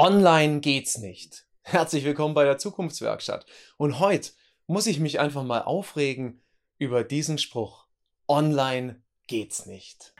Online geht's nicht. Herzlich willkommen bei der Zukunftswerkstatt. Und heute muss ich mich einfach mal aufregen über diesen Spruch. Online geht's nicht.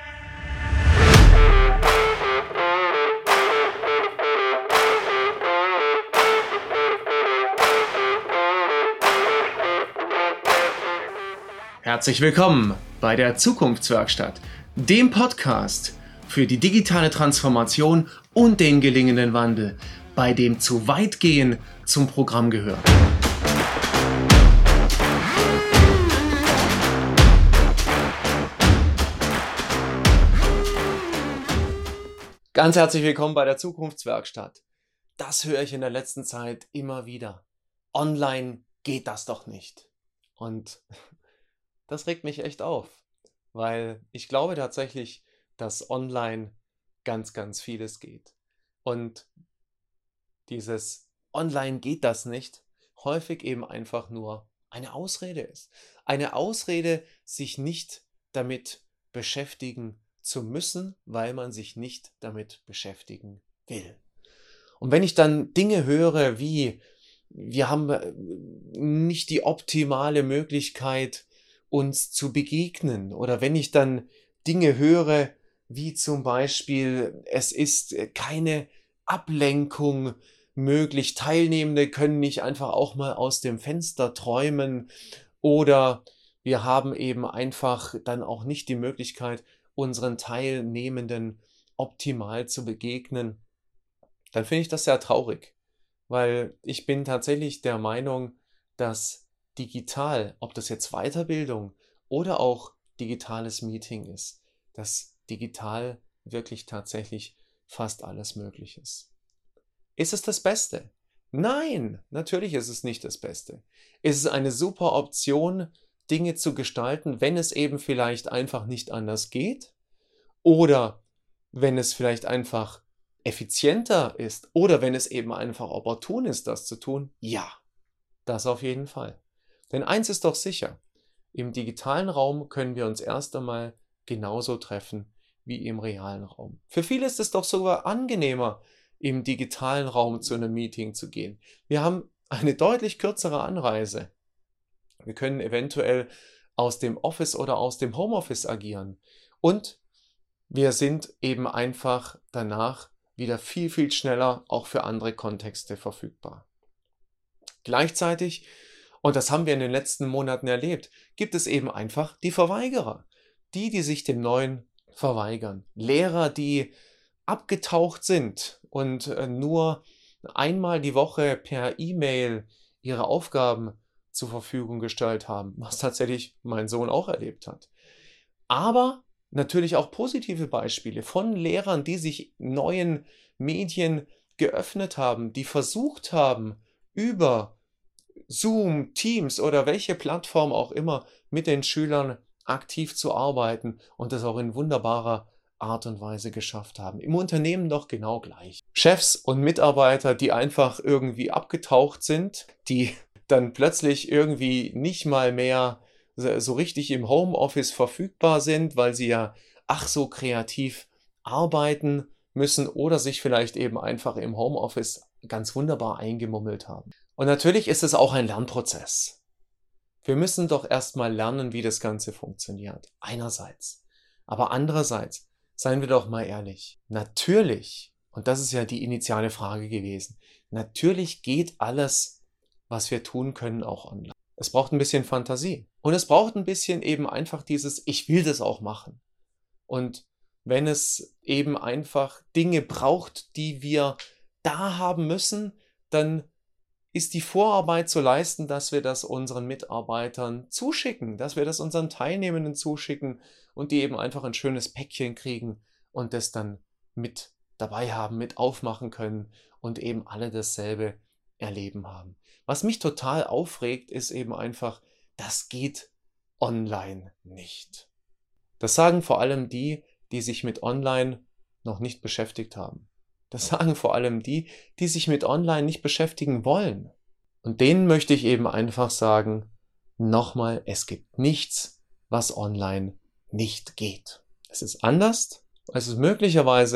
Herzlich willkommen bei der Zukunftswerkstatt, dem Podcast für die digitale Transformation und den gelingenden Wandel, bei dem zu weit gehen zum Programm gehört. Ganz herzlich willkommen bei der Zukunftswerkstatt. Das höre ich in der letzten Zeit immer wieder. Online geht das doch nicht. Und das regt mich echt auf, weil ich glaube tatsächlich, dass online ganz, ganz vieles geht. Und dieses Online geht das nicht häufig eben einfach nur eine Ausrede ist. Eine Ausrede, sich nicht damit beschäftigen zu müssen, weil man sich nicht damit beschäftigen will. Und wenn ich dann Dinge höre wie, wir haben nicht die optimale Möglichkeit, uns zu begegnen, oder wenn ich dann Dinge höre, wie zum Beispiel, es ist keine Ablenkung möglich, Teilnehmende können nicht einfach auch mal aus dem Fenster träumen, oder wir haben eben einfach dann auch nicht die Möglichkeit, unseren Teilnehmenden optimal zu begegnen, dann finde ich das sehr traurig, weil ich bin tatsächlich der Meinung, dass digital, ob das jetzt Weiterbildung oder auch digitales Meeting ist, dass digital wirklich tatsächlich fast alles möglich ist. Ist es das Beste? Nein, natürlich ist es nicht das Beste. Es ist eine super Option, Dinge zu gestalten, wenn es eben vielleicht einfach nicht anders geht oder wenn es vielleicht einfach effizienter ist oder wenn es eben einfach opportun ist, das zu tun. Ja, das auf jeden Fall. Denn eins ist doch sicher, im digitalen Raum können wir uns erst einmal genauso treffen wie im realen Raum. Für viele ist es doch sogar angenehmer, im digitalen Raum zu einem Meeting zu gehen. Wir haben eine deutlich kürzere Anreise. Wir können eventuell aus dem Office oder aus dem Homeoffice agieren. Und wir sind eben einfach danach wieder viel, viel schneller auch für andere Kontexte verfügbar. Gleichzeitig, und das haben wir in den letzten Monaten erlebt, gibt es eben einfach die Verweigerer. Die sich dem Neuen verweigern. Lehrer, die abgetaucht sind und nur einmal die Woche per E-Mail ihre Aufgaben zur Verfügung gestellt haben, was tatsächlich mein Sohn auch erlebt hat. Aber natürlich auch positive Beispiele von Lehrern, die sich neuen Medien geöffnet haben, die versucht haben, über Zoom, Teams oder welche Plattform auch immer mit den Schülern aktiv zu arbeiten und das auch in wunderbarer Art und Weise geschafft haben. Im Unternehmen doch genau gleich. Chefs und Mitarbeiter, die einfach irgendwie abgetaucht sind, die dann plötzlich irgendwie nicht mal mehr so richtig im Homeoffice verfügbar sind, weil sie ja ach so kreativ arbeiten müssen oder sich vielleicht eben einfach im Homeoffice ganz wunderbar eingemummelt haben. Und natürlich ist es auch ein Lernprozess. Wir müssen doch erstmal lernen, wie das Ganze funktioniert. Einerseits. Aber andererseits, seien wir doch mal ehrlich, natürlich, und das ist ja die initiale Frage gewesen, natürlich geht alles, was wir tun können, auch online. Es braucht ein bisschen Fantasie. Und es braucht ein bisschen eben einfach dieses, ich will das auch machen. Und wenn es eben einfach Dinge braucht, die wir da haben müssen, dann ist die Vorarbeit zu leisten, dass wir das unseren Mitarbeitern zuschicken, dass wir das unseren Teilnehmenden zuschicken und die eben einfach ein schönes Päckchen kriegen und das dann mit dabei haben, mit aufmachen können und eben alle dasselbe erleben haben. Was mich total aufregt, ist eben einfach, das geht online nicht. Das sagen vor allem die sich mit online noch nicht beschäftigt haben. Das sagen vor allem die sich mit online nicht beschäftigen wollen. Und denen möchte ich eben einfach sagen, nochmal, es gibt nichts, was online nicht geht. Es ist anders, es ist möglicherweise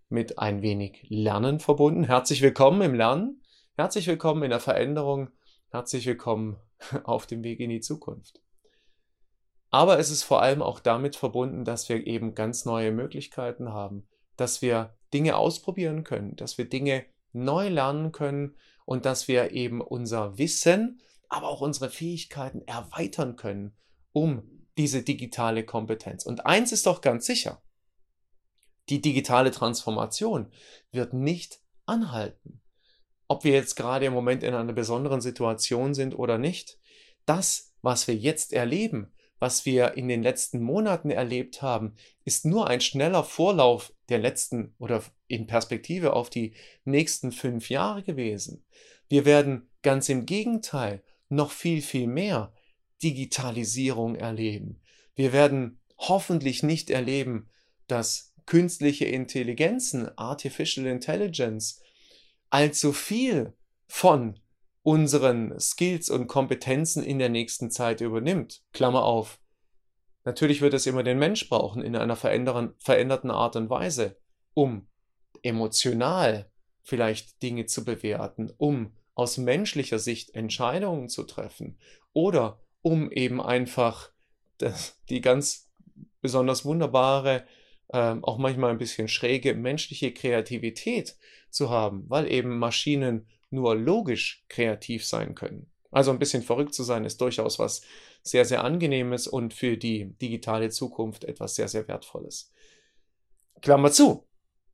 mit ein wenig Lernen verbunden. Herzlich willkommen im Lernen, herzlich willkommen in der Veränderung, herzlich willkommen auf dem Weg in die Zukunft. Aber es ist vor allem auch damit verbunden, dass wir eben ganz neue Möglichkeiten haben, dass wir Dinge ausprobieren können, dass wir Dinge neu lernen können und dass wir eben unser Wissen, aber auch unsere Fähigkeiten erweitern können, um diese digitale Kompetenz. Und eins ist doch ganz sicher: Die digitale Transformation wird nicht anhalten. Ob wir jetzt gerade im Moment in einer besonderen Situation sind oder nicht, das, was wir jetzt erleben, was wir in den letzten Monaten erlebt haben, ist nur ein schneller Vorlauf der letzten oder in Perspektive auf die nächsten 5 Jahre gewesen. Wir werden ganz im Gegenteil noch viel, viel mehr Digitalisierung erleben. Wir werden hoffentlich nicht erleben, dass künstliche Intelligenzen, Artificial Intelligence, allzu viel von unseren Skills und Kompetenzen in der nächsten Zeit übernimmt. Klammer auf. Natürlich wird es immer den Mensch brauchen in einer veränderten Art und Weise, um emotional vielleicht Dinge zu bewerten, um aus menschlicher Sicht Entscheidungen zu treffen oder um eben einfach die ganz besonders wunderbare, auch manchmal ein bisschen schräge menschliche Kreativität zu haben, weil eben Maschinen nur logisch kreativ sein können. Also ein bisschen verrückt zu sein, ist durchaus was sehr, sehr Angenehmes und für die digitale Zukunft etwas sehr, sehr Wertvolles. Klammer zu.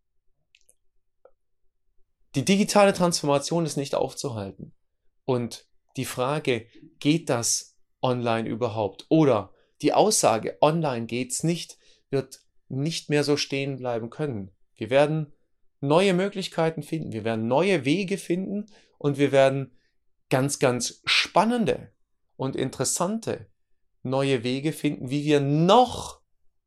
Die digitale Transformation ist nicht aufzuhalten. Und die Frage, geht das online überhaupt? Oder die Aussage, online geht's nicht, wird nicht mehr so stehen bleiben können. Wir werden neue Möglichkeiten finden, wir werden neue Wege finden und wir werden ganz, ganz spannende und interessante neue Wege finden, wie wir noch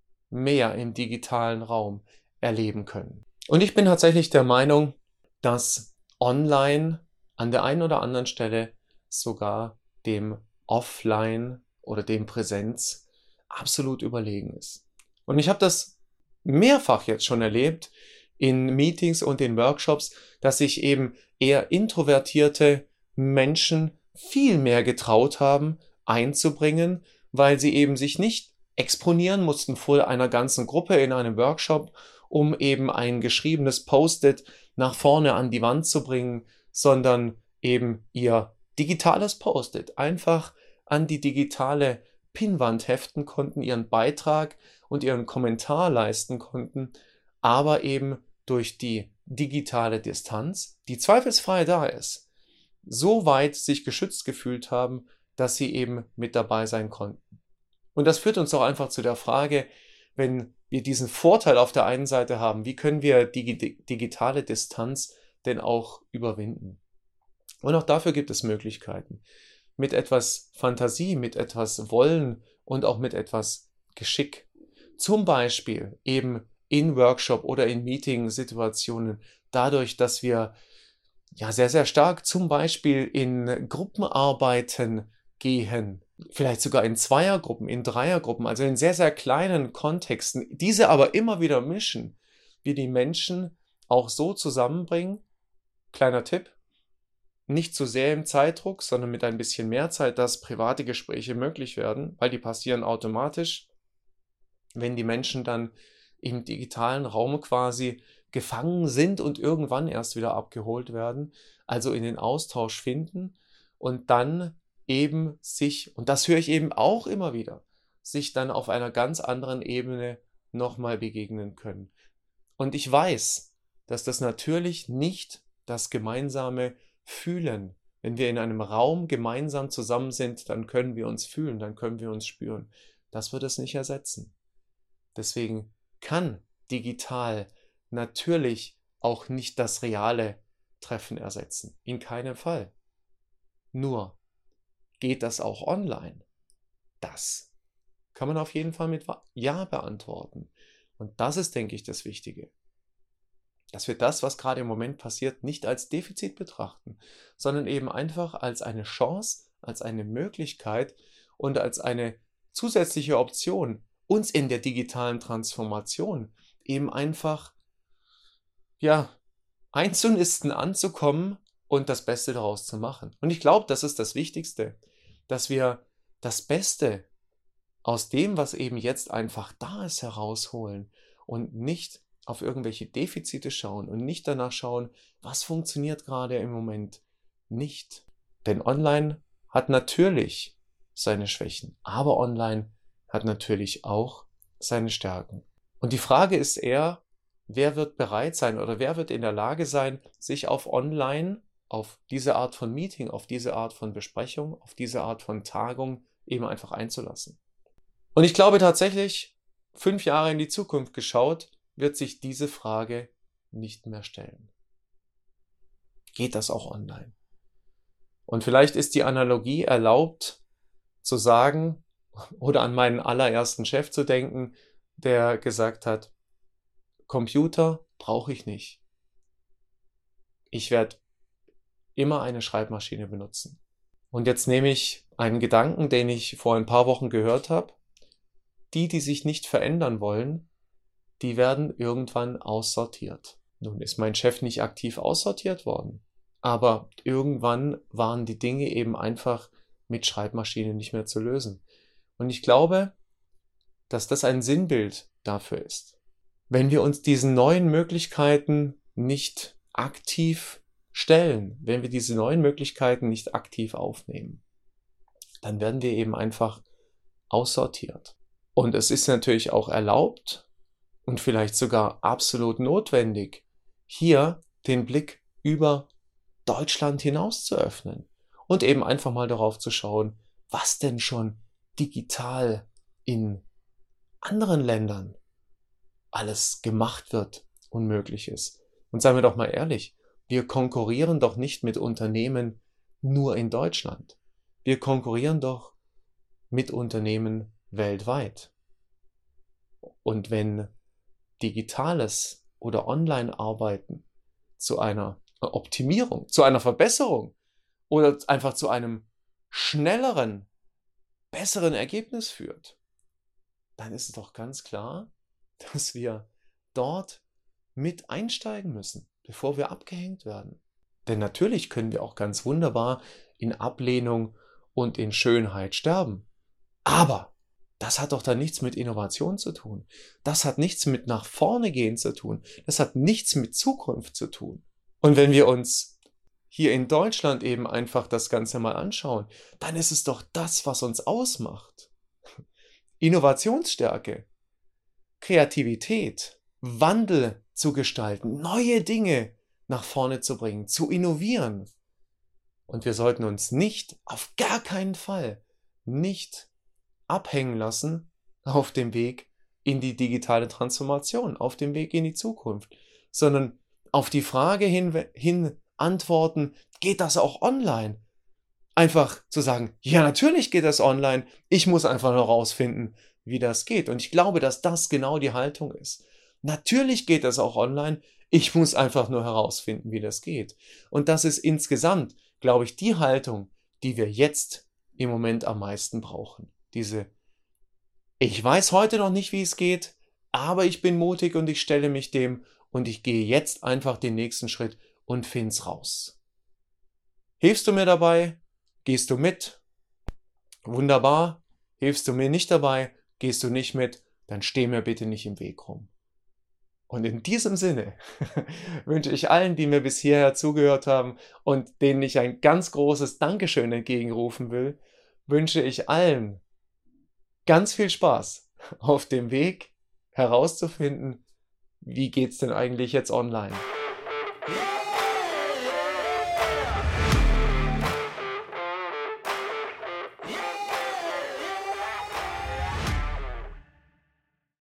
mehr im digitalen Raum erleben können. Und ich bin tatsächlich der Meinung, dass online an der einen oder anderen Stelle sogar dem Offline oder dem Präsenz absolut überlegen ist. Und ich habe das mehrfach jetzt schon erlebt in Meetings und in Workshops, dass sich eben eher introvertierte Menschen viel mehr getraut haben, einzubringen, weil sie eben sich nicht exponieren mussten vor einer ganzen Gruppe in einem Workshop, um eben ein geschriebenes Post-it nach vorne an die Wand zu bringen, sondern eben ihr digitales Post-it einfach an die digitale Pinnwand heften konnten, ihren Beitrag und ihren Kommentar leisten konnten, aber eben durch die digitale Distanz, die zweifelsfrei da ist, so weit sich geschützt gefühlt haben, dass sie eben mit dabei sein konnten. Und das führt uns auch einfach zu der Frage, wenn wir diesen Vorteil auf der einen Seite haben, wie können wir die digitale Distanz denn auch überwinden? Und auch dafür gibt es Möglichkeiten. Mit etwas Fantasie, mit etwas Wollen und auch mit etwas Geschick. Zum Beispiel eben in Workshop oder in Meeting-Situationen, dadurch, dass wir ja sehr, sehr stark zum Beispiel in Gruppenarbeiten gehen, vielleicht sogar in Zweiergruppen, in Dreiergruppen, also in sehr, sehr kleinen Kontexten, diese aber immer wieder mischen, wir die Menschen auch so zusammenbringen. Kleiner Tipp: Nicht zu sehr im Zeitdruck, sondern mit ein bisschen mehr Zeit, dass private Gespräche möglich werden, weil die passieren automatisch, wenn die Menschen dann im digitalen Raum quasi gefangen sind und irgendwann erst wieder abgeholt werden, also in den Austausch finden und dann eben sich, und das höre ich eben auch immer wieder, sich dann auf einer ganz anderen Ebene nochmal begegnen können. Und ich weiß, dass das natürlich nicht das gemeinsame Fühlen, wenn wir in einem Raum gemeinsam zusammen sind, dann können wir uns fühlen, dann können wir uns spüren. Das wird es nicht ersetzen. Deswegen kann digital natürlich auch nicht das reale Treffen ersetzen. In keinem Fall. Nur geht das auch online? Das kann man auf jeden Fall mit Ja beantworten. Und das ist, denke ich, das Wichtige. Dass wir das, was gerade im Moment passiert, nicht als Defizit betrachten, sondern eben einfach als eine Chance, als eine Möglichkeit und als eine zusätzliche Option, uns in der digitalen Transformation eben einfach ja, einzunisten, anzukommen und das Beste daraus zu machen. Und ich glaube, das ist das Wichtigste, dass wir das Beste aus dem, was eben jetzt einfach da ist, herausholen und nicht auf irgendwelche Defizite schauen und nicht danach schauen, was funktioniert gerade im Moment nicht. Denn online hat natürlich seine Schwächen, aber online hat natürlich auch seine Stärken. Und die Frage ist eher, wer wird bereit sein oder wer wird in der Lage sein, sich auf online, auf diese Art von Meeting, auf diese Art von Besprechung, auf diese Art von Tagung eben einfach einzulassen. Und ich glaube tatsächlich, 5 Jahre in die Zukunft geschaut, wird sich diese Frage nicht mehr stellen. Geht das auch online? Und vielleicht ist die Analogie erlaubt, zu sagen oder an meinen allerersten Chef zu denken, der gesagt hat, Computer brauche ich nicht. Ich werde immer eine Schreibmaschine benutzen. Und jetzt nehme ich einen Gedanken, den ich vor ein paar Wochen gehört habe. Die sich nicht verändern wollen, die werden irgendwann aussortiert. Nun ist mein Chef nicht aktiv aussortiert worden, aber irgendwann waren die Dinge eben einfach mit Schreibmaschinen nicht mehr zu lösen. Und ich glaube, dass das ein Sinnbild dafür ist. Wenn wir uns diesen neuen Möglichkeiten nicht aktiv stellen, wenn wir diese neuen Möglichkeiten nicht aktiv aufnehmen, dann werden wir eben einfach aussortiert. Und es ist natürlich auch erlaubt und vielleicht sogar absolut notwendig, hier den Blick über Deutschland hinaus zu öffnen und eben einfach mal darauf zu schauen, was denn schon digital in anderen Ländern alles gemacht wird und möglich ist. Und seien wir doch mal ehrlich, wir konkurrieren doch nicht mit Unternehmen nur in Deutschland. Wir konkurrieren doch mit Unternehmen weltweit. Und wenn digitales oder Online-Arbeiten zu einer Optimierung, zu einer Verbesserung oder einfach zu einem schnelleren, besseren Ergebnis führt, dann ist es doch ganz klar, dass wir dort mit einsteigen müssen, bevor wir abgehängt werden. Denn natürlich können wir auch ganz wunderbar in Ablehnung und in Schönheit sterben. Aber das hat doch dann nichts mit Innovation zu tun. Das hat nichts mit nach vorne gehen zu tun. Das hat nichts mit Zukunft zu tun. Und wenn wir uns hier in Deutschland eben einfach das Ganze mal anschauen, dann ist es doch das, was uns ausmacht. Innovationsstärke, Kreativität, Wandel zu gestalten, neue Dinge nach vorne zu bringen, zu innovieren. Und wir sollten uns nicht, auf gar keinen Fall, nicht abhängen lassen auf dem Weg in die digitale Transformation, auf dem Weg in die Zukunft, sondern auf die Frage hin antworten, geht das auch online? Einfach zu sagen, ja, natürlich geht das online, ich muss einfach nur rausfinden, wie das geht. Und ich glaube, dass das genau die Haltung ist. Natürlich geht das auch online, ich muss einfach nur herausfinden, wie das geht. Und das ist insgesamt, glaube ich, die Haltung, die wir jetzt im Moment am meisten brauchen. Ich weiß heute noch nicht, wie es geht, aber ich bin mutig und ich stelle mich dem und ich gehe jetzt einfach den nächsten Schritt und find's raus. Hilfst du mir dabei? Gehst du mit? Wunderbar. Hilfst du mir nicht dabei? Gehst du nicht mit? Dann steh mir bitte nicht im Weg rum. Und in diesem Sinne wünsche ich allen, die mir bis hierher zugehört haben und denen ich ein ganz großes Dankeschön entgegenrufen will, wünsche ich allen ganz viel Spaß auf dem Weg herauszufinden, wie geht's denn eigentlich jetzt online.